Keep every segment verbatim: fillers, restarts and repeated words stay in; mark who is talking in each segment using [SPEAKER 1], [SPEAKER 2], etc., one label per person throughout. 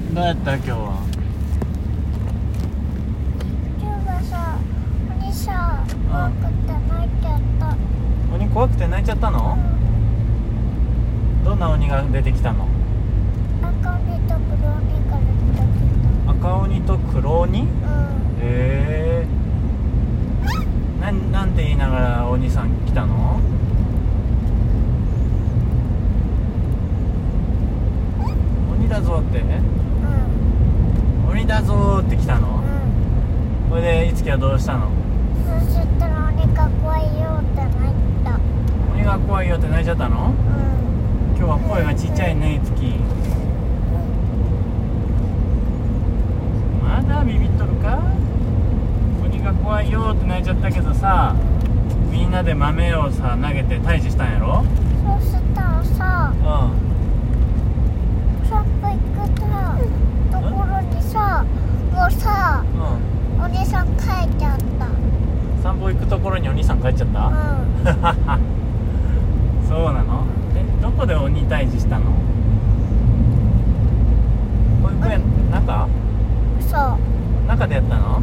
[SPEAKER 1] どうやった今日は。
[SPEAKER 2] 今日はさ、鬼さ、怖くて泣いちゃった。
[SPEAKER 1] 鬼怖くて泣いちゃったの？どんな鬼が出てきたの？
[SPEAKER 2] 赤鬼と黒鬼から出てきた。
[SPEAKER 1] 赤鬼と黒鬼？
[SPEAKER 2] うん。
[SPEAKER 1] へえー。な、なんて言いながらお兄さん来たの？鬼だぞって？
[SPEAKER 2] うん。
[SPEAKER 1] 鬼だぞって来たの？
[SPEAKER 2] うん。
[SPEAKER 1] それでいつきはどうしたの？
[SPEAKER 2] そしたら鬼が怖いよって泣いた。
[SPEAKER 1] 鬼が怖いよって泣いちゃったの？
[SPEAKER 2] うん。
[SPEAKER 1] 今日は声がちっちゃいね、いつき。まだビビっとるか？鬼が怖いよって泣いちゃったけどさ、みんなで豆をさ投げて退治したんやろ？
[SPEAKER 2] そうしたらさ、
[SPEAKER 1] うん。
[SPEAKER 2] 散歩行くさところにさ、もうさ、
[SPEAKER 1] うん。
[SPEAKER 2] お兄さん帰っちゃった。
[SPEAKER 1] 散歩行くところにお兄さん帰っちゃった？
[SPEAKER 2] うん。
[SPEAKER 1] そうなの？え、どこで鬼退治したの？保育園中？
[SPEAKER 2] そう。
[SPEAKER 1] 中でやったの？
[SPEAKER 2] うん。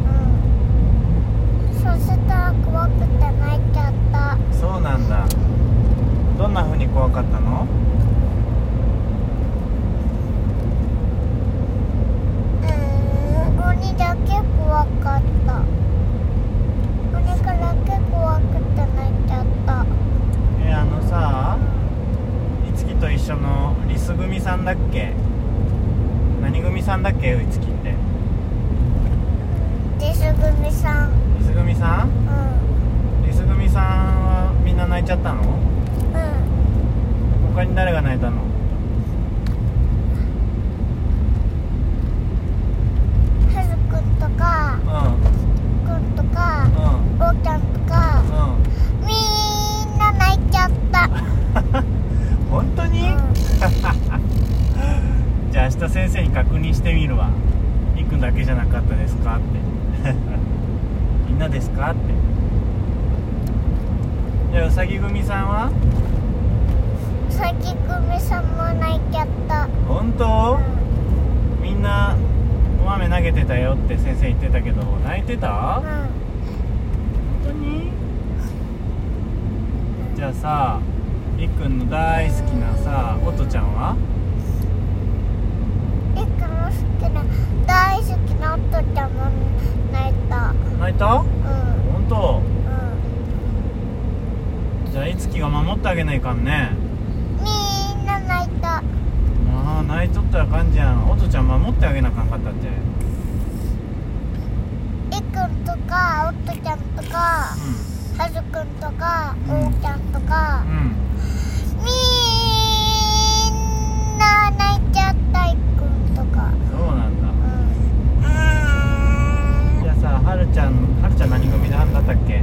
[SPEAKER 2] そしたら怖くて泣いちゃった。
[SPEAKER 1] そうなんだ。どんな風に怖かったの？
[SPEAKER 2] うーん、鬼だけ怖かった。鬼からけ怖くて泣いちゃった。
[SPEAKER 1] え、あのさ、いつきと一緒のリス組さんだっけ？何組さんだっけ、いつきって。
[SPEAKER 2] リス組さん。
[SPEAKER 1] リス組さん？
[SPEAKER 2] うん。
[SPEAKER 1] リス組さんはみんな泣いちゃったの？
[SPEAKER 2] うん。
[SPEAKER 1] 他に誰が泣いたの？
[SPEAKER 2] はずくんとか、
[SPEAKER 1] うん
[SPEAKER 2] くんとか、
[SPEAKER 1] うん
[SPEAKER 2] おうちゃんとか、
[SPEAKER 1] うん
[SPEAKER 2] みんな泣いちゃった。
[SPEAKER 1] 本当に？
[SPEAKER 2] うん。
[SPEAKER 1] じゃあ明日先生に確認してみるわ。いっくんだけじゃなかったですかってみんなですかって。じゃあうさぎ組さんは？
[SPEAKER 2] うさぎ組さんも泣いちゃった。
[SPEAKER 1] 本当？みんなお豆投げてたよって先生言ってたけど泣いてた？
[SPEAKER 2] うん。
[SPEAKER 1] 本当に？じゃあさ、いっくんの大好きなさ、おとちゃんは？
[SPEAKER 2] いっくんの好きな大好きなおとちゃんも泣いた。
[SPEAKER 1] 泣いた？
[SPEAKER 2] うん。
[SPEAKER 1] 本当？
[SPEAKER 2] うん。
[SPEAKER 1] じゃあいつきが守ってあげないかんね。
[SPEAKER 2] みんな泣いた。
[SPEAKER 1] ああ、泣いとったらあかんじゃん。おとちゃん守ってあげなあかんかったって。
[SPEAKER 2] いっくんとかおとちゃんとか、
[SPEAKER 1] う
[SPEAKER 2] はずくんとか、
[SPEAKER 1] うん
[SPEAKER 2] おうちゃんとか、
[SPEAKER 1] んうん
[SPEAKER 2] みんな泣いちゃった。いっくんとか。
[SPEAKER 1] そうなんだ。
[SPEAKER 2] うん。
[SPEAKER 1] じゃあさ、はるちゃんはるちゃん何組だったっけ？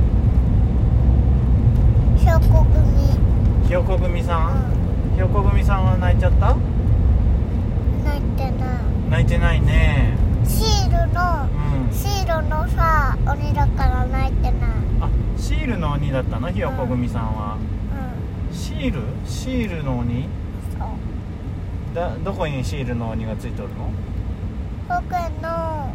[SPEAKER 2] ひよこ組。
[SPEAKER 1] ひよこ組さん？
[SPEAKER 2] う
[SPEAKER 1] ひよこ組さんは泣いちゃった？
[SPEAKER 2] ん。泣いてない。
[SPEAKER 1] 泣いてないね。
[SPEAKER 2] シールの、
[SPEAKER 1] うん。
[SPEAKER 2] シールのさ、鬼だから泣いてない。
[SPEAKER 1] あ、シールの鬼だったの？ひよこ組さんは。
[SPEAKER 2] うん。
[SPEAKER 1] シール？シールの鬼？
[SPEAKER 2] そう。
[SPEAKER 1] だ、どこにシールの鬼がついとるの？
[SPEAKER 2] 保育園の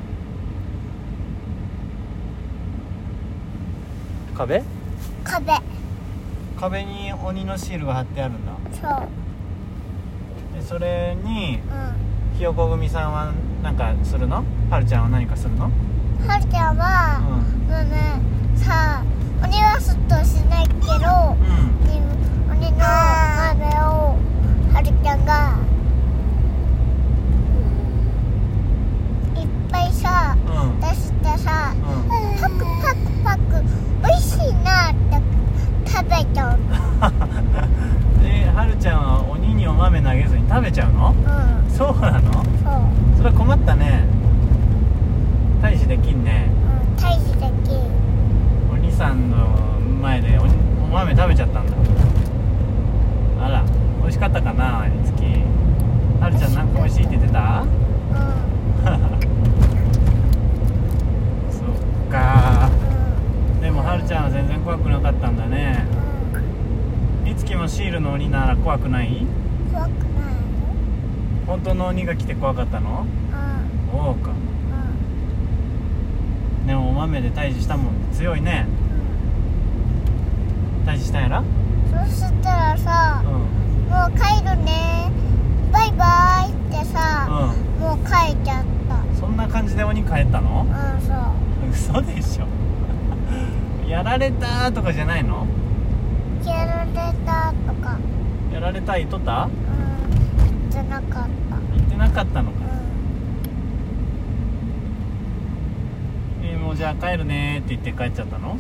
[SPEAKER 1] 壁？
[SPEAKER 2] 壁。
[SPEAKER 1] 壁に鬼のシールが貼ってあるんだ。
[SPEAKER 2] そう。
[SPEAKER 1] でそれに
[SPEAKER 2] うん。
[SPEAKER 1] ひよこ組さんはなんかするの？はるちゃんは何かするの？
[SPEAKER 2] はるちゃんは、
[SPEAKER 1] うん
[SPEAKER 2] もうね、さあ、鬼はすっとしないけど、
[SPEAKER 1] うん
[SPEAKER 2] 鬼の豆をはるちゃんがいっぱいさ、
[SPEAKER 1] うん
[SPEAKER 2] 出してさ、
[SPEAKER 1] うん
[SPEAKER 2] パクパクパク美味しいなって食べちゃうの。
[SPEAKER 1] で、はるちゃんは鬼にお豆投げずに食べちゃうの？
[SPEAKER 2] うん。
[SPEAKER 1] そうなの？
[SPEAKER 2] そう。
[SPEAKER 1] それは困ったね。退治できんね。
[SPEAKER 2] うん。退治できん。
[SPEAKER 1] お兄さんの前で お, お豆食べちゃったんだ。あら、美味しかったかな、いつき。はるちゃんなんか美味しいって言ってた？
[SPEAKER 2] うん。
[SPEAKER 1] そっか。でもはるちゃんは全然怖くなかったんだね。
[SPEAKER 2] うん。
[SPEAKER 1] いつきもシールの鬼なら怖くない？
[SPEAKER 2] 怖くない。
[SPEAKER 1] 本当の鬼が来て怖かったの？
[SPEAKER 2] うん
[SPEAKER 1] そうか。
[SPEAKER 2] うん
[SPEAKER 1] でもお豆で退治したもん強いね。退治したんやら？
[SPEAKER 2] そしたらさ、
[SPEAKER 1] うん
[SPEAKER 2] もう帰るねバイバイってさ、
[SPEAKER 1] う
[SPEAKER 2] もう帰っちゃった。
[SPEAKER 1] ん。そんな感じで鬼帰ったの？
[SPEAKER 2] うんそう
[SPEAKER 1] 嘘でしょ。やられたとかじゃないの？
[SPEAKER 2] やられたとか
[SPEAKER 1] やられた言っとった？
[SPEAKER 2] うん言ってなかった。
[SPEAKER 1] 言ってなかったのか。
[SPEAKER 2] うん
[SPEAKER 1] えーもうじゃあ帰るねって言って帰っちゃったの？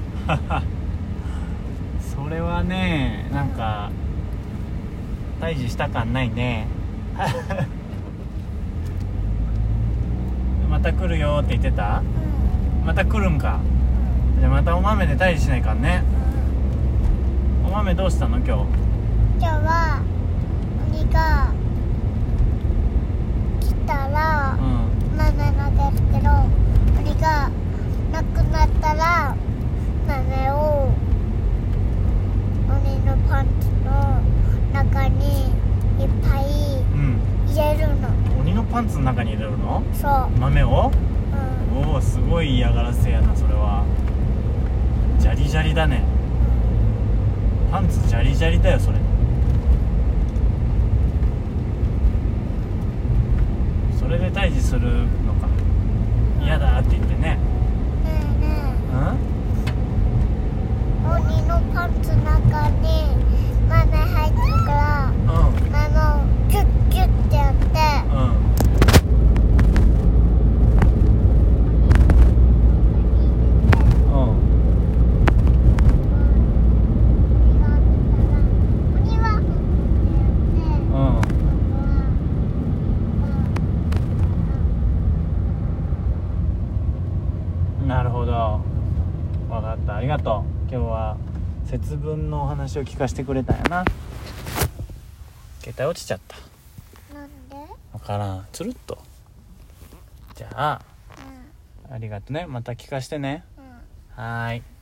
[SPEAKER 1] それはね、なんか退治した感ないね。また来るよって言ってた？
[SPEAKER 2] うん
[SPEAKER 1] また来るんか。じゃあまたお豆で退治しないかんね。お豆どうしたの今日？
[SPEAKER 2] 今日は鬼が来たら
[SPEAKER 1] うん
[SPEAKER 2] 豆投げるけど、鬼がなくなったら豆を鬼のパンツの中にいっぱい
[SPEAKER 1] うん
[SPEAKER 2] 入れるの。
[SPEAKER 1] 鬼のパンツの中に入れるの？
[SPEAKER 2] そう
[SPEAKER 1] 豆を？
[SPEAKER 2] うん
[SPEAKER 1] おお、すごい嫌がらせやな。それはジャリジャリだね。パンツジャリジャリだよそれ。それで退治するのか。嫌だって言ってね。
[SPEAKER 2] ねえね
[SPEAKER 1] うん
[SPEAKER 2] え鬼のパンツの中に豆入ってるから
[SPEAKER 1] うん
[SPEAKER 2] 豆をキュッキュッてやって
[SPEAKER 1] うんなるほど、分かった、ありがとう。今日は節分のお話を聞かせてくれたんやな。携帯落ちちゃった。
[SPEAKER 2] なんで？
[SPEAKER 1] 分からん、つるっと。じゃあ
[SPEAKER 2] うん
[SPEAKER 1] ありがとね、また聞かせてね。
[SPEAKER 2] うん
[SPEAKER 1] はーい。